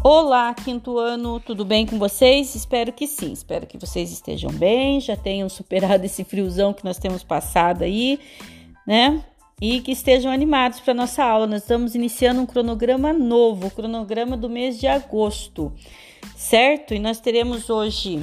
Olá, quinto ano, tudo bem com vocês? Espero que sim, espero que vocês estejam bem, já tenham superado esse friozão que nós temos passado aí, né? E que estejam animados para a nossa aula. Nós estamos iniciando um cronograma novo, o cronograma do mês de agosto, certo? E nós teremos hoje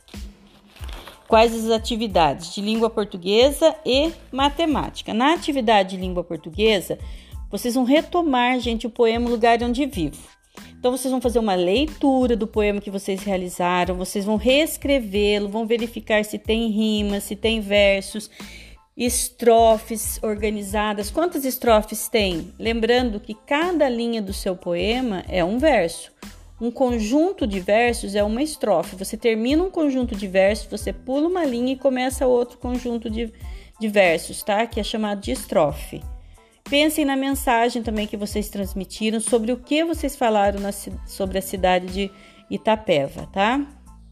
quais as atividades de língua portuguesa e matemática. Na atividade de língua portuguesa, vocês vão retomar, gente, o poema Lugar Onde Vivo. Então, vocês vão fazer uma leitura do poema que vocês realizaram, vocês vão reescrevê-lo, vão verificar se tem rimas, se tem versos, estrofes organizadas. Quantas estrofes tem? Lembrando que cada linha do seu poema é um verso. Um conjunto de versos é uma estrofe. Você termina um conjunto de versos, você pula uma linha e começa outro conjunto de versos, tá? Que é chamado de estrofe. Pensem na mensagem também que vocês transmitiram, sobre o que vocês falaram sobre a cidade de Itapeva, tá?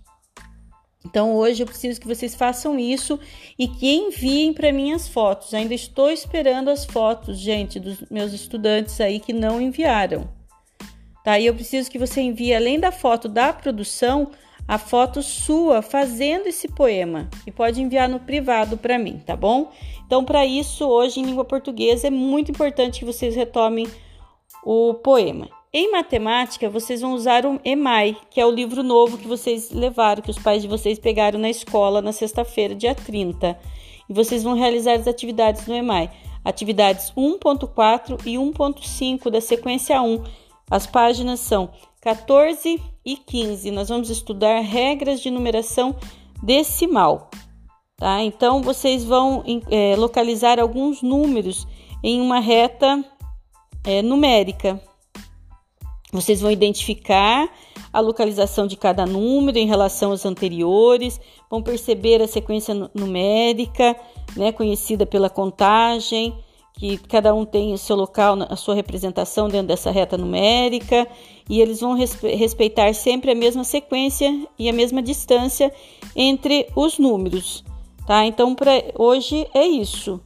Então, hoje eu preciso que vocês façam isso e que enviem para mim as fotos. Ainda estou esperando as fotos, gente, dos meus estudantes aí que não enviaram. Tá? E eu preciso que você envie, além da foto da produção, a foto sua fazendo esse poema. E pode enviar no privado para mim, tá bom? Então, para isso, hoje em língua portuguesa, é muito importante que vocês retomem o poema. Em matemática, vocês vão usar o EMAI, que é o livro novo que vocês levaram, que os pais de vocês pegaram na escola na sexta-feira, dia 30. E vocês vão realizar as atividades no EMAI. Atividades 1.4 e 1.5 da sequência 1. As páginas são 14 e 15. Nós vamos estudar regras de numeração decimal. Tá? Então, vocês vão localizar alguns números em uma reta numérica. Vocês vão identificar a localização de cada número em relação aos anteriores, vão perceber a sequência numérica, né, conhecida pela contagem, que cada um tem o seu local, a sua representação dentro dessa reta numérica, e eles vão respeitar sempre a mesma sequência e a mesma distância entre os números. Tá? Então, para hoje é isso,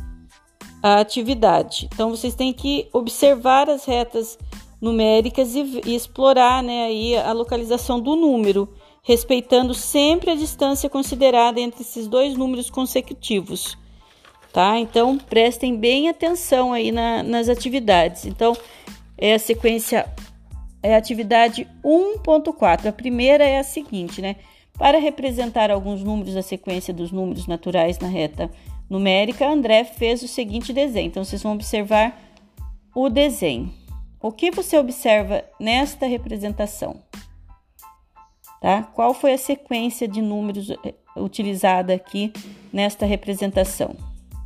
a atividade. Então, vocês têm que observar as retas numéricas e explorar, né, aí a localização do número, respeitando sempre a distância considerada entre esses dois números consecutivos. Tá? Então, prestem bem atenção aí nas atividades. Então, a sequência é a atividade 1.4. A primeira é a seguinte, né? Para representar alguns números da sequência dos números naturais na reta numérica, André fez o seguinte desenho. Então, vocês vão observar o desenho. O que você observa nesta representação? Tá? Qual foi a sequência de números utilizada aqui nesta representação?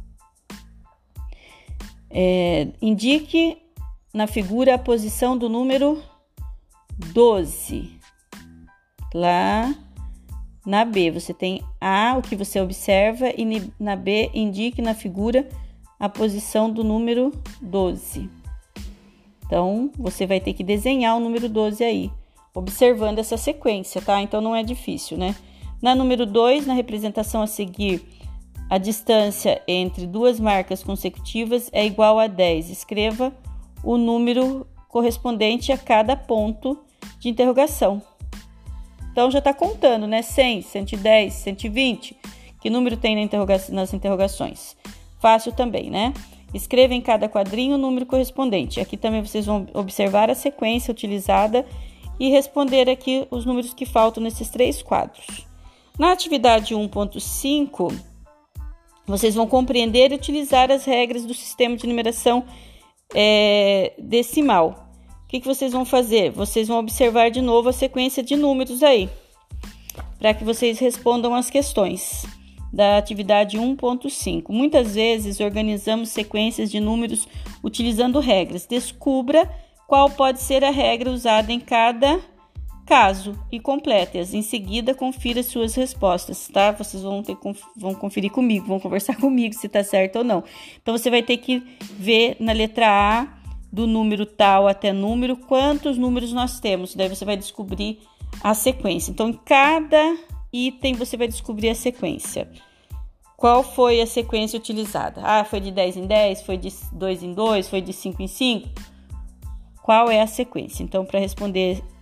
Indique na figura a posição do número 12. Lá na B, você tem A, o que você observa, e na B, indique na figura a posição do número 12. Então, você vai ter que desenhar o número 12 aí, observando essa sequência, tá? Então, não é difícil, né? Na número 2, na representação a seguir, a distância entre duas marcas consecutivas é igual a 10. Escreva o número correspondente a cada ponto de interrogação. Então, já está contando, né? 100, 110, 120. Que número tem nas interrogações? Fácil também, né? Escreva em cada quadrinho o número correspondente. Aqui também vocês vão observar a sequência utilizada e responder aqui os números que faltam nesses três quadros. Na atividade 1.5, vocês vão compreender e utilizar as regras do sistema de numeração decimal. O que vocês vão fazer? Vocês vão observar de novo a sequência de números aí, para que vocês respondam as questões da atividade 1.5. Muitas vezes organizamos sequências de números utilizando regras. Descubra qual pode ser a regra usada em cada caso e complete-as. Em seguida, confira suas respostas, tá? Vocês vão conferir comigo, vão conversar comigo se tá certo ou não. Então, você vai ter que ver na letra A, do número tal até número, quantos números nós temos. Daí você vai descobrir a sequência. Então, em cada item, você vai descobrir a sequência. Qual foi a sequência utilizada? Foi de 10 em 10, foi de 2 em 2, foi de 5 em 5? Qual é a sequência? Então, para responder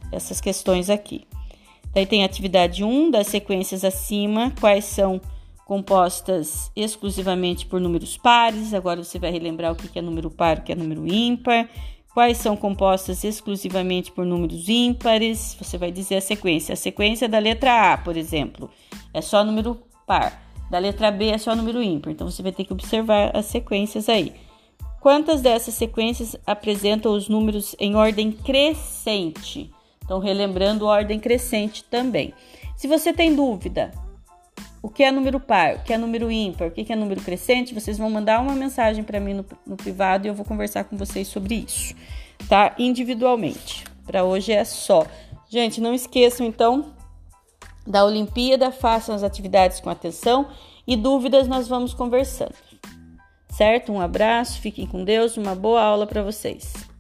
essas questões aqui. Daí tem a atividade 1 das sequências acima, quais são compostas exclusivamente por números pares. Agora você vai relembrar o que é número par, o que é número ímpar. Quais são compostas exclusivamente por números ímpares? Você vai dizer a sequência. A sequência da letra A, por exemplo, é só número par. Da letra B é só número ímpar. Então, você vai ter que observar as sequências aí. Quantas dessas sequências apresentam os números em ordem crescente? Então, relembrando ordem crescente também. Se você tem dúvida, o que é número par, o que é número ímpar, o que é número crescente, vocês vão mandar uma mensagem para mim no privado e eu vou conversar com vocês sobre isso, tá? Individualmente. Para hoje é só. Gente, não esqueçam, então, da Olimpíada, façam as atividades com atenção e dúvidas nós vamos conversando, certo? Um abraço, fiquem com Deus, uma boa aula para vocês.